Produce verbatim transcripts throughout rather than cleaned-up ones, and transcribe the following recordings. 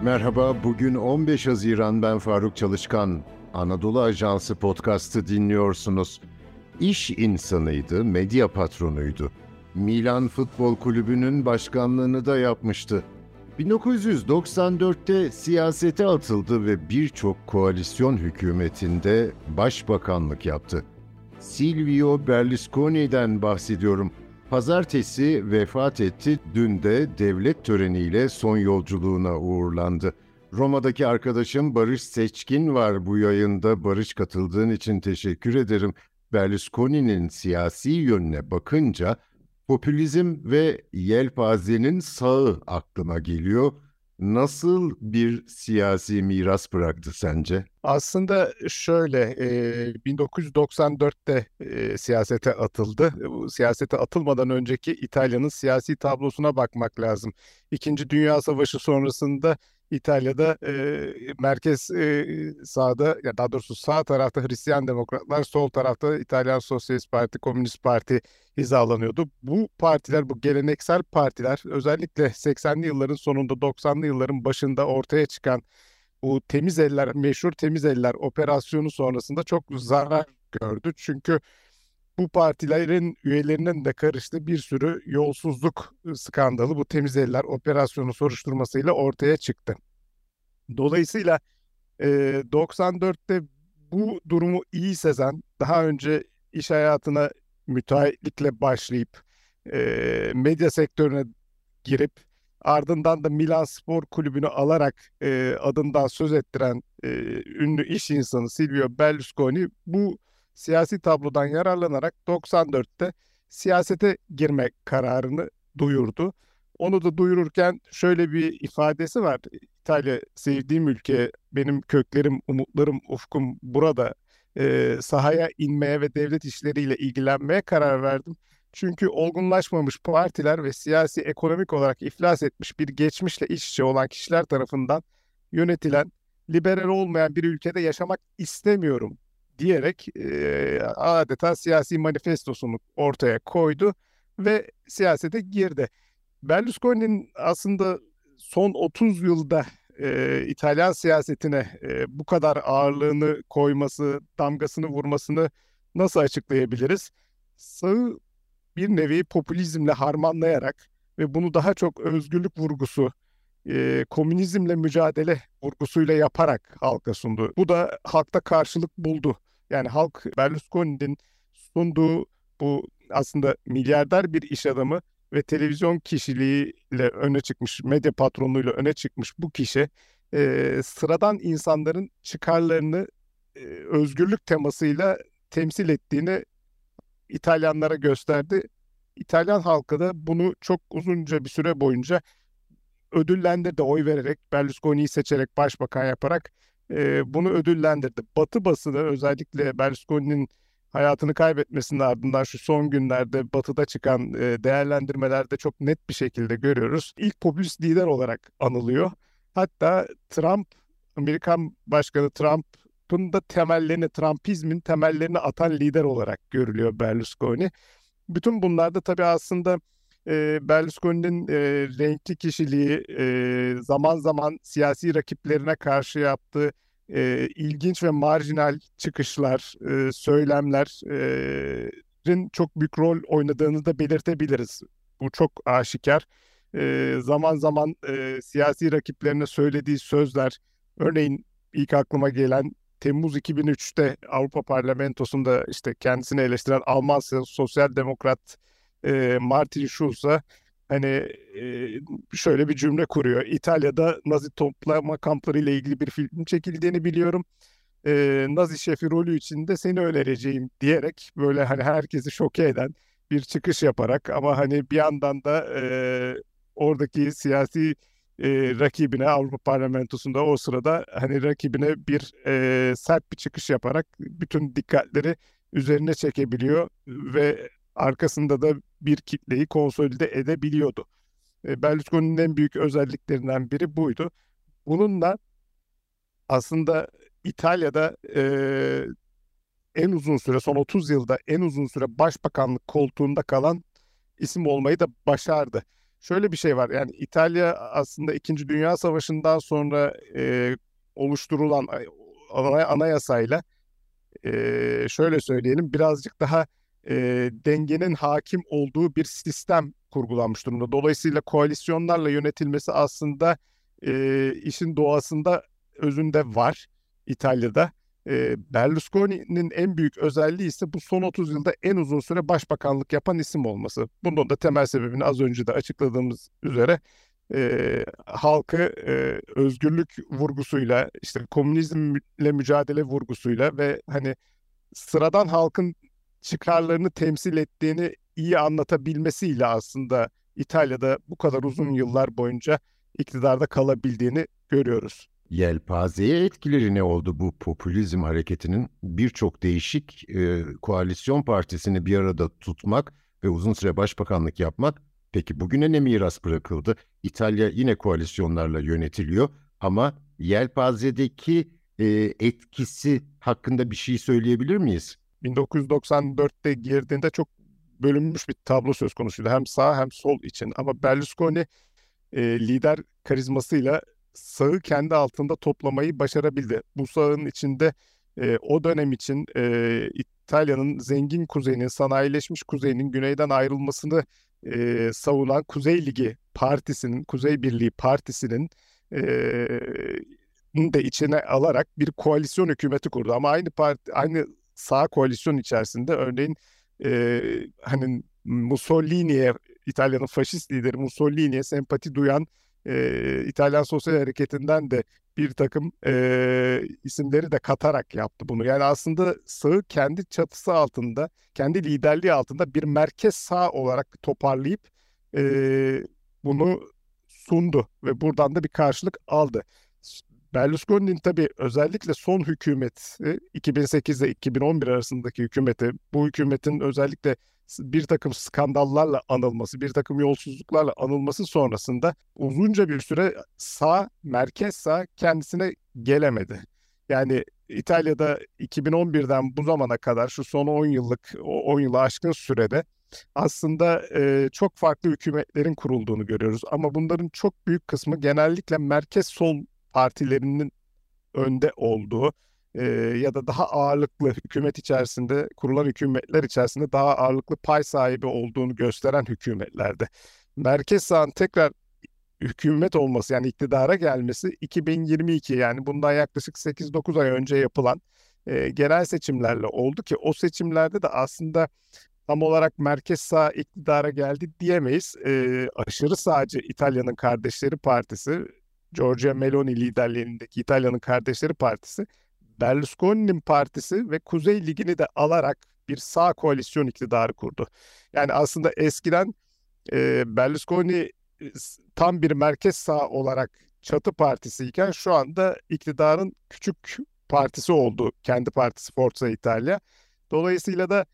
Merhaba, bugün on beş Haziran, ben Faruk Çalışkan. Anadolu Ajansı podcast'ı dinliyorsunuz. İş insanıydı, medya patronuydu. Milan Futbol Kulübü'nün başkanlığını da yapmıştı. bin dokuz yüz doksan dörtte siyasete atıldı ve birçok koalisyon hükümetinde başbakanlık yaptı. Silvio Berlusconi'den bahsediyorum. Pazartesi vefat etti, dün de devlet töreniyle son yolculuğuna uğurlandı. Roma'daki arkadaşım Barış Seçkin var bu yayında. Barış, katıldığın için teşekkür ederim. Berlusconi'nin siyasi yönüne bakınca popülizm ve yelpazenin sağı aklıma geliyor. Nasıl bir siyasi miras bıraktı sence? Aslında şöyle, e, bin dokuz yüz doksan dörtte e, siyasete atıldı. Bu siyasete atılmadan önceki İtalya'nın siyasi tablosuna bakmak lazım. İkinci Dünya Savaşı sonrasında İtalya'da e, merkez e, sağda, ya daha doğrusu sağ tarafta Hristiyan Demokratlar, sol tarafta İtalyan Sosyalist Parti, Komünist Parti hizalanıyordu. Bu partiler, bu geleneksel partiler özellikle seksenli yılların sonunda, doksanlı yılların başında ortaya çıkan bu temiz eller, meşhur temiz eller operasyonu sonrasında çok zarar gördü. Çünkü bu partilerin üyelerinin de karıştığı bir sürü yolsuzluk skandalı bu temiz eller operasyonu soruşturmasıyla ortaya çıktı. Dolayısıyla e, doksan dörtte bu durumu iyi sezen, daha önce iş hayatına müteahhitlikle başlayıp e, medya sektörüne girip ardından da Milan Spor Kulübü'nü alarak e, adından söz ettiren e, ünlü iş insanı Silvio Berlusconi bu siyasi tablodan yararlanarak doksan dörtte siyasete girme kararını duyurdu. Onu da duyururken şöyle bir ifadesi var. İtalya sevdiğim ülke, benim köklerim, umutlarım, ufkum burada. E, sahaya inmeye ve devlet işleriyle ilgilenmeye karar verdim. Çünkü olgunlaşmamış partiler ve siyasi ekonomik olarak iflas etmiş bir geçmişle iç içe olan kişiler tarafından yönetilen, liberal olmayan bir ülkede yaşamak istemiyorum diyerek e, adeta siyasi manifestosunu ortaya koydu ve siyasete girdi. Berlusconi'nin aslında son otuz yılda e, İtalyan siyasetine e, bu kadar ağırlığını koyması, damgasını vurmasını nasıl açıklayabiliriz? Sağı bir nevi popülizmle harmanlayarak ve bunu daha çok özgürlük vurgusu, e, komünizmle mücadele vurgusuyla yaparak halka sundu. Bu da halkta karşılık buldu. Yani halk Berlusconi'nin sunduğu bu aslında milyarder bir iş adamı ve televizyon kişiliğiyle öne çıkmış, medya patronluğuyla öne çıkmış bu kişi e, sıradan insanların çıkarlarını e, özgürlük temasıyla temsil ettiğini İtalyanlara gösterdi. İtalyan halkı da bunu çok uzunca bir süre boyunca ödüllendirdi, oy vererek, Berlusconi'yi seçerek, başbakan yaparak e, bunu ödüllendirdi. Batı basını özellikle Berlusconi'nin hayatını kaybetmesinin ardından şu son günlerde Batı'da çıkan e, değerlendirmelerde çok net bir şekilde görüyoruz. İlk popülist lider olarak anılıyor. Hatta Trump, Amerikan Başkanı Trump'ın da temellerini, Trumpizmin temellerini atan lider olarak görülüyor Berlusconi. Bütün bunlar da tabii aslında e, Berlusconi'nin e, renkli kişiliği, e, zaman zaman siyasi rakiplerine karşı yaptığı e, ilginç ve marjinal çıkışlar, e, söylemlerin çok büyük rol oynadığını da belirtebiliriz. Bu çok aşikar. E, zaman zaman e, siyasi rakiplerine söylediği sözler, örneğin ilk aklıma gelen Temmuz iki bin üçte Avrupa Parlamentosu'nda işte kendisini eleştiren Alman Sosyal Demokrat e, Martin Schulz'a hani e, şöyle bir cümle kuruyor. İtalya'da Nazi toplama kampları ile ilgili bir film çekildiğini biliyorum. E, Nazi şefi rolü için de seni önereceğim diyerek böyle hani herkesi şoke eden bir çıkış yaparak ama hani bir yandan da e, oradaki siyasi e, rakibine Avrupa Parlamentosu'nda o sırada hani rakibine bir e, sert bir çıkış yaparak bütün dikkatleri üzerine çekebiliyor ve arkasında da bir kitleyi konsolide edebiliyordu. E, Berlusconi'nin en büyük özelliklerinden biri buydu. Bununla aslında İtalya'da e, en uzun süre, son otuz yılda en uzun süre başbakanlık koltuğunda kalan isim olmayı da başardı. şöyle bir şey var. Yani İtalya aslında İkinci Dünya Savaşı'ndan sonra e, oluşturulan ana- anayasayla e, şöyle söyleyelim birazcık daha e, dengenin hakim olduğu bir sistem kurgulanmış durumda. Dolayısıyla koalisyonlarla yönetilmesi aslında e, işin doğasında özünde var İtalya'da. E, Berlusconi'nin en büyük özelliği ise bu son otuz yılda en uzun süre başbakanlık yapan isim olması. Bunun da temel sebebini az önce de açıkladığımız üzere e, halkı e, özgürlük vurgusuyla, işte komünizmle mücadele vurgusuyla ve hani sıradan halkın çıkarlarını temsil ettiğini iyi anlatabilmesiyle aslında İtalya'da bu kadar uzun yıllar boyunca iktidarda kalabildiğini görüyoruz. Yelpazeye etkileri ne oldu bu popülizm hareketinin? Birçok değişik e, koalisyon partisini bir arada tutmak ve uzun süre başbakanlık yapmak. Peki bugüne ne miras bırakıldı? İtalya yine koalisyonlarla yönetiliyor ama yelpazedeki e, etkisi hakkında bir şey söyleyebilir miyiz? bin dokuz yüz doksan dörtte girdiğinde çok bölünmüş bir tablo söz konusuydu. Hem sağ hem sol için. Ama Berlusconi e, lider karizmasıyla sağı kendi altında toplamayı başarabildi. Bu sağın içinde e, o dönem için e, İtalya'nın zengin kuzeyinin, sanayileşmiş kuzeyinin güneyden ayrılmasını e, savunan Kuzey Ligi Partisi'nin, Kuzey Birliği Partisi'nin e, de içine alarak bir koalisyon hükümeti kurdu. Ama aynı parti, aynı sağ koalisyon içerisinde örneğin e, hani Mussolini'ye, İtalya'nın faşist lideri Mussolini'ye sempati duyan e, İtalyan Sosyal Hareketi'nden de bir takım e, isimleri de katarak yaptı bunu. Yani aslında sağı kendi çatısı altında, kendi liderliği altında bir merkez sağ olarak toparlayıp e, bunu sundu ve buradan da bir karşılık aldı. Berlusconi'nin tabii özellikle son hükümeti iki bin sekiz ile iki bin on bir arasındaki hükümeti, bu hükümetin özellikle bir takım skandallarla anılması, bir takım yolsuzluklarla anılması sonrasında uzunca bir süre sağ, merkez sağ kendisine gelemedi. Yani İtalya'da iki bin on birden bu zamana kadar şu son on yıllık, o on yılı aşkın sürede aslında e, çok farklı hükümetlerin kurulduğunu görüyoruz. Ama bunların çok büyük kısmı genellikle merkez sol partilerinin önde olduğu e, ya da daha ağırlıklı hükümet içerisinde kurulan hükümetler içerisinde daha ağırlıklı pay sahibi olduğunu gösteren hükümetlerde. Merkez sağın tekrar hükümet olması yani iktidara gelmesi iki bin yirmi iki yani bundan yaklaşık sekiz dokuz ay önce yapılan e, genel seçimlerle oldu ki o seçimlerde de aslında tam olarak merkez sağ iktidara geldi diyemeyiz. E, aşırı sağcı İtalya'nın Kardeşleri Partisi, Giorgia Meloni liderliğindeki İtalya'nın Kardeşleri Partisi, Berlusconi'nin partisi ve Kuzey Ligi'ni de alarak bir sağ koalisyon iktidarı kurdu. Yani aslında eskiden e, Berlusconi e, tam bir merkez sağ olarak çatı partisiyken şu anda iktidarın küçük partisi oldu. Kendi partisi Forza Italia. Dolayısıyla da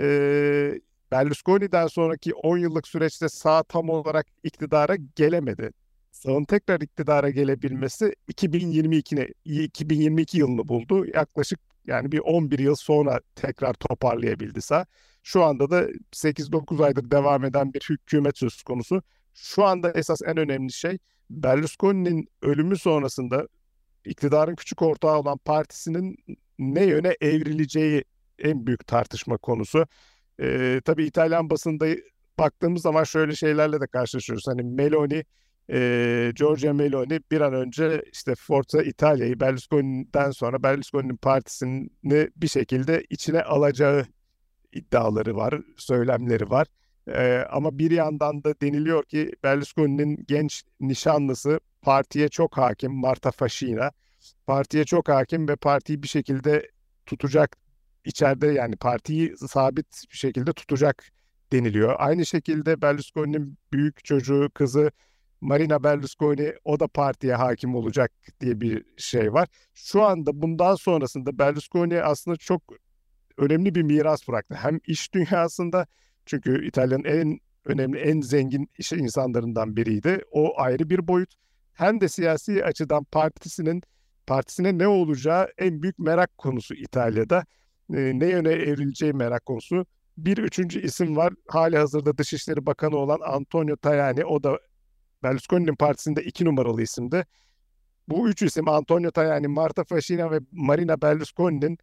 e, Berlusconi'den sonraki on yıllık süreçte sağ tam olarak iktidara gelemedi. Sağın tekrar iktidara gelebilmesi iki bin yirmi iki, iki bin yirmi iki yılını buldu. Yaklaşık yani bir on bir yıl sonra tekrar toparlayabildi sağ. Şu anda da sekiz dokuz aydır devam eden bir hükümet söz konusu. Şu anda esas en önemli şey Berlusconi'nin ölümü sonrasında iktidarın küçük ortağı olan partisinin ne yöne evrileceği en büyük tartışma konusu. Ee, tabii İtalyan basında baktığımız zaman şöyle şeylerle de karşılaşıyoruz. Hani Meloni, e, Giorgia Meloni bir an önce işte Forza İtalya'yı Berlusconi'den sonra Berlusconi'nin partisini bir şekilde içine alacağı iddiaları var, söylemleri var. Ee, ama bir yandan da deniliyor ki Berlusconi'nin genç nişanlısı partiye çok hakim, Marta Fascina. Partiye çok hakim ve partiyi bir şekilde tutacak içeride yani partiyi sabit bir şekilde tutacak deniliyor. Aynı şekilde Berlusconi'nin büyük çocuğu, kızı Marina Berlusconi o da partiye hakim olacak diye bir şey var. Şu anda bundan sonrasında Berlusconi aslında çok önemli bir miras bıraktı. Hem iş dünyasında çünkü İtalya'nın en önemli, en zengin iş insanlarından biriydi. O ayrı bir boyut. Hem de siyasi açıdan partisinin partisine ne olacağı en büyük merak konusu İtalya'da. E, ne yöne evrileceği merak konusu. Bir üçüncü isim var. Hali hazırda Dışişleri Bakanı olan Antonio Tajani. O da Berlusconi'nin partisinde iki numaralı isimdi. Bu üç isim Antonio Tajani, Marta Fascina ve Marina Berlusconi'nin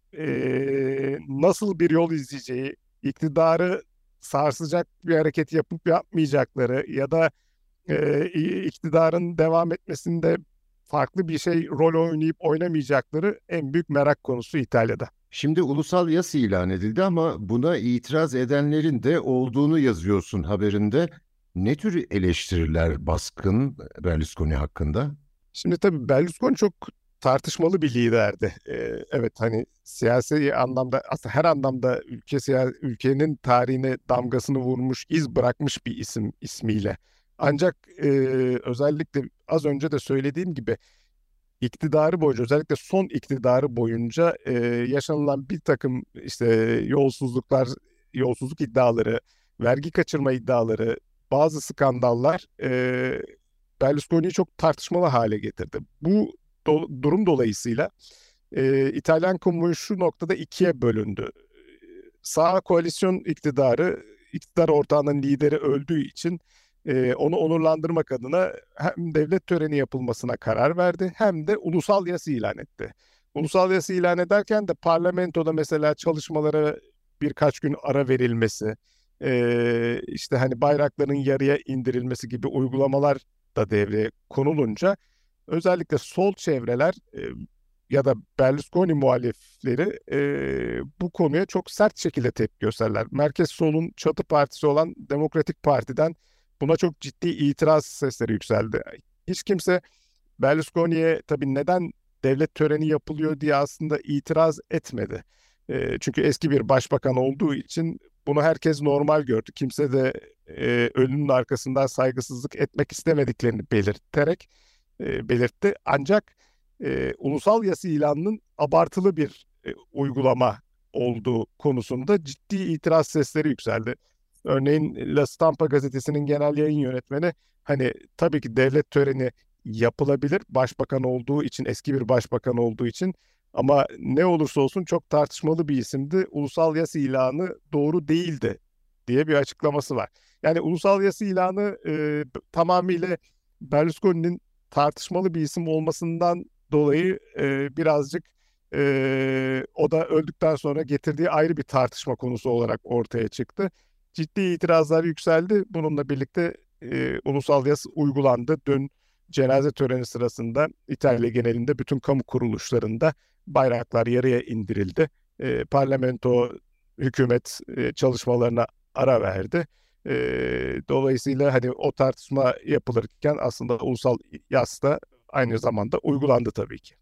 eee, nasıl bir yol izleyeceği, iktidarı sarsacak bir hareket yapıp yapmayacakları ya da eee, iktidarın devam etmesinde farklı bir şey rol oynayıp oynamayacakları en büyük merak konusu İtalya'da. Şimdi ulusal yas ilan edildi ama buna itiraz edenlerin de olduğunu yazıyorsun haberinde. Ne tür eleştiriler baskın Berlusconi hakkında? Şimdi tabii Berlusconi çok tartışmalı bir liderdi. Ee, evet hani siyasi anlamda aslında her anlamda ülke siya- ülkenin tarihine damgasını vurmuş, iz bırakmış bir isim ismiyle. Ancak e, özellikle az önce de söylediğim gibi iktidarı boyunca özellikle son iktidarı boyunca e, yaşanılan bir takım işte yolsuzluklar, yolsuzluk iddiaları, vergi kaçırma iddiaları, bazı skandallar e, Berlusconi'yi çok tartışmalı hale getirdi. Bu do- durum dolayısıyla e, İtalyan kamuoyu şu noktada ikiye bölündü. Sağ koalisyon iktidarı, iktidar ortağının lideri öldüğü için e, onu onurlandırmak adına hem devlet töreni yapılmasına karar verdi hem de ulusal yas ilan etti. Ulusal yas ilan ederken de parlamentoda mesela çalışmalara birkaç gün ara verilmesi, e, işte hani bayrakların yarıya indirilmesi gibi uygulamalar da devreye konulunca özellikle sol çevreler e, ya da Berlusconi muhalifleri e, bu konuya çok sert şekilde tepki gösterdiler. Merkez solun çatı partisi olan Demokratik Parti'den buna çok ciddi itiraz sesleri yükseldi. Hiç kimse Berlusconi'ye tabii neden devlet töreni yapılıyor diye aslında itiraz etmedi. E, çünkü eski bir başbakan olduğu için bunu herkes normal gördü. Kimse de e, ölünün arkasından saygısızlık etmek istemediklerini belirterek e, belirtti. Ancak e, ulusal yas ilanının abartılı bir e, uygulama olduğu konusunda ciddi itiraz sesleri yükseldi. Örneğin La Stampa gazetesinin genel yayın yönetmeni hani tabii ki devlet töreni yapılabilir başbakan olduğu için, eski bir başbakan olduğu için, ama ne olursa olsun çok tartışmalı bir isimdi. Ulusal yas ilanı doğru değildi diye bir açıklaması var. Yani ulusal yas ilanı e, tamamıyla Berlusconi'nin tartışmalı bir isim olmasından dolayı e, birazcık e, o da öldükten sonra getirdiği ayrı bir tartışma konusu olarak ortaya çıktı. Ciddi itirazlar yükseldi. Bununla birlikte e, ulusal yas uygulandı. Dün cenaze töreni sırasında İtalya genelinde bütün kamu kuruluşlarında bayraklar yarıya indirildi. E, parlamento, hükümet e, çalışmalarına ara verdi. E, dolayısıyla hani o tartışma yapılırken aslında ulusal yas da aynı zamanda uygulandı tabii ki.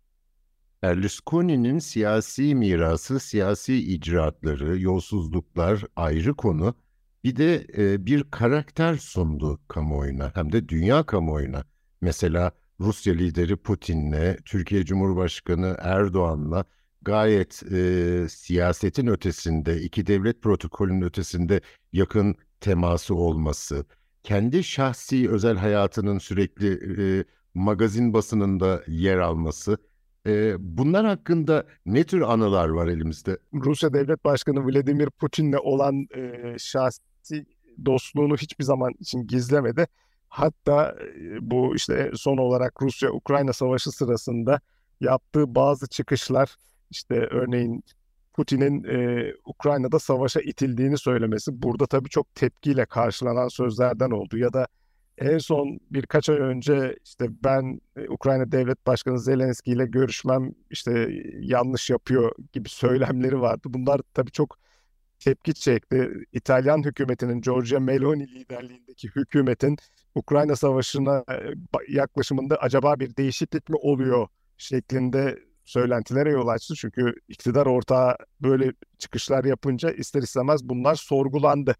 Berlusconi'nin siyasi mirası, siyasi icraatları, yolsuzluklar ayrı konu. Bir de e, bir karakter sundu kamuoyuna, hem de dünya kamuoyuna. Mesela Rusya lideri Putin'le, Türkiye Cumhurbaşkanı Erdoğan'la gayet e, siyasetin ötesinde, iki devlet protokolünün ötesinde yakın teması olması, kendi şahsi özel hayatının sürekli e, magazin basınında yer alması. Ee, bunlar hakkında ne tür anılar var elimizde? Rusya Devlet Başkanı Vladimir Putin'le olan e, şahsi dostluğunu hiçbir zaman için gizlemedi. Hatta e, bu işte son olarak Rusya-Ukrayna savaşı sırasında yaptığı bazı çıkışlar, işte örneğin Putin'in e, Ukrayna'da savaşa itildiğini söylemesi burada tabii çok tepkiyle karşılanan sözlerden oldu. Ya da en son birkaç ay önce işte ben e, Ukrayna Devlet Başkanı Zelenski ile görüşmem işte e, yanlış yapıyor gibi söylemleri vardı. Bunlar tabii çok tepki çekti. İtalyan hükümetinin, Giorgia Meloni liderliğindeki hükümetin Ukrayna Savaşı'na e, ba- yaklaşımında acaba bir değişiklik mi oluyor şeklinde söylentilere yol açtı. Çünkü iktidar ortağı böyle çıkışlar yapınca ister istemez bunlar sorgulandı.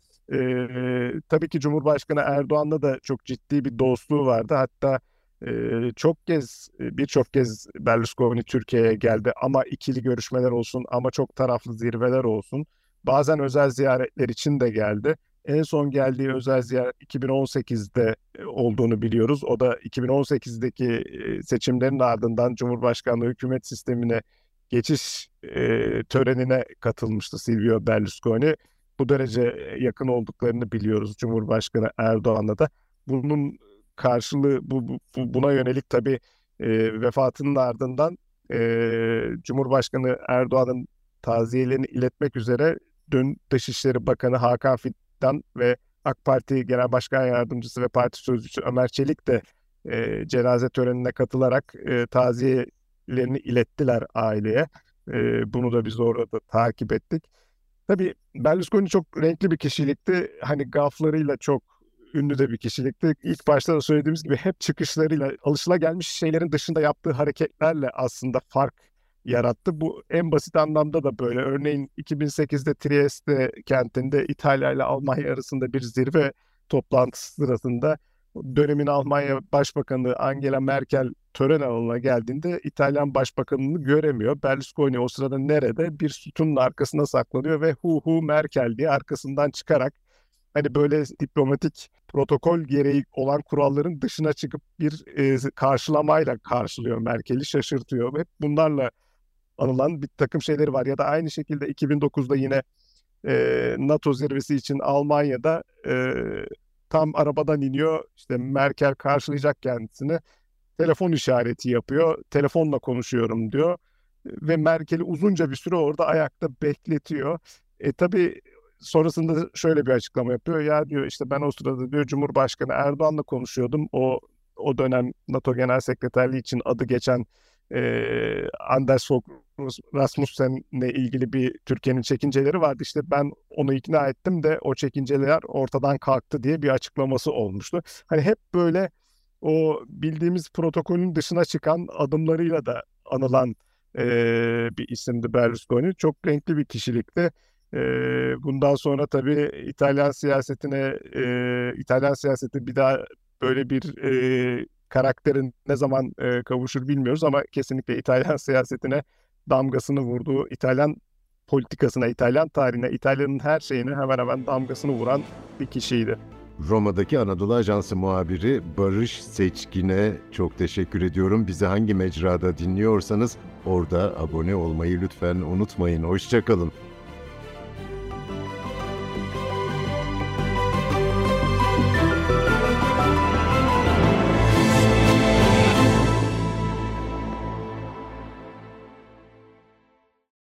Ee, tabii ki Cumhurbaşkanı Erdoğan'la da çok ciddi bir dostluğu vardı. Hatta e, çok kez, e, birçok kez Berlusconi Türkiye'ye geldi. Ama ikili görüşmeler olsun, ama çok taraflı zirveler olsun. Bazen özel ziyaretler için de geldi. En son geldiği özel ziyaret iki bin on sekizde e, olduğunu biliyoruz. O da iki bin on sekizdeki e, seçimlerin ardından Cumhurbaşkanlığı hükümet sistemine geçiş e, törenine katılmıştı Silvio Berlusconi. Bu derece yakın olduklarını biliyoruz Cumhurbaşkanı Erdoğan'la da. Bunun karşılığı bu, bu buna yönelik tabii e, vefatının ardından e, Cumhurbaşkanı Erdoğan'ın taziyelerini iletmek üzere dün Dışişleri Bakanı Hakan Fidan ve AK Parti Genel Başkan Yardımcısı ve Parti Sözcüsü Ömer Çelik de e, cenaze törenine katılarak e, taziyelerini ilettiler aileye. E, bunu da biz orada takip ettik. Tabii Berlusconi çok renkli bir kişilikti. Hani gaflarıyla çok ünlü de bir kişilikti. İlk başta da söylediğimiz gibi hep çıkışlarıyla, alışılagelmiş şeylerin dışında yaptığı hareketlerle aslında fark yarattı. Bu en basit anlamda da böyle. Örneğin iki bin sekizde Trieste kentinde İtalya ile Almanya arasında bir zirve toplantısı sırasında dönemin Almanya Başbakanı Angela Merkel tören alanına geldiğinde İtalyan Başbakanını göremiyor. Berlusconi o sırada nerede? Bir sütunun arkasına saklanıyor ve hu hu Merkel diye arkasından çıkarak hani böyle diplomatik protokol gereği olan kuralların dışına çıkıp bir e, karşılamayla karşılıyor Merkel'i, şaşırtıyor. Hep bunlarla anılan bir takım şeyleri var. Ya da aynı şekilde iki bin dokuzda yine e, NATO zirvesi için Almanya'da e, tam arabadan iniyor. İşte Merkel karşılayacak kendisini. Telefon işareti yapıyor. Telefonla konuşuyorum diyor. Ve Merkel'i uzunca bir süre orada ayakta bekletiyor. E tabii sonrasında şöyle bir açıklama yapıyor. Ya diyor işte ben o sırada diyor Cumhurbaşkanı Erdoğan'la konuşuyordum. O o dönem NATO Genel Sekreterliği için adı geçen e, Anders Fogh Rasmussen'le ilgili bir Türkiye'nin çekinceleri vardı. İşte ben onu ikna ettim de o çekinceler ortadan kalktı diye bir açıklaması olmuştu. Hani hep böyle o bildiğimiz protokolün dışına çıkan adımlarıyla da anılan e, bir isimdi Berlusconi. Çok renkli bir kişilikti. E, bundan sonra tabii İtalyan siyasetine, e, İtalyan siyaseti bir daha böyle bir e, karakterin ne zaman e, kavuşur bilmiyoruz ama kesinlikle İtalyan siyasetine damgasını vurduğu, İtalyan politikasına, İtalyan tarihine, İtalya'nın her şeyine hemen hemen damgasını vuran bir kişiydi. Roma'daki Anadolu Ajansı muhabiri Barış Seçkin'e çok teşekkür ediyorum. Bizi hangi mecrada dinliyorsanız orada abone olmayı lütfen unutmayın. Hoşça kalın.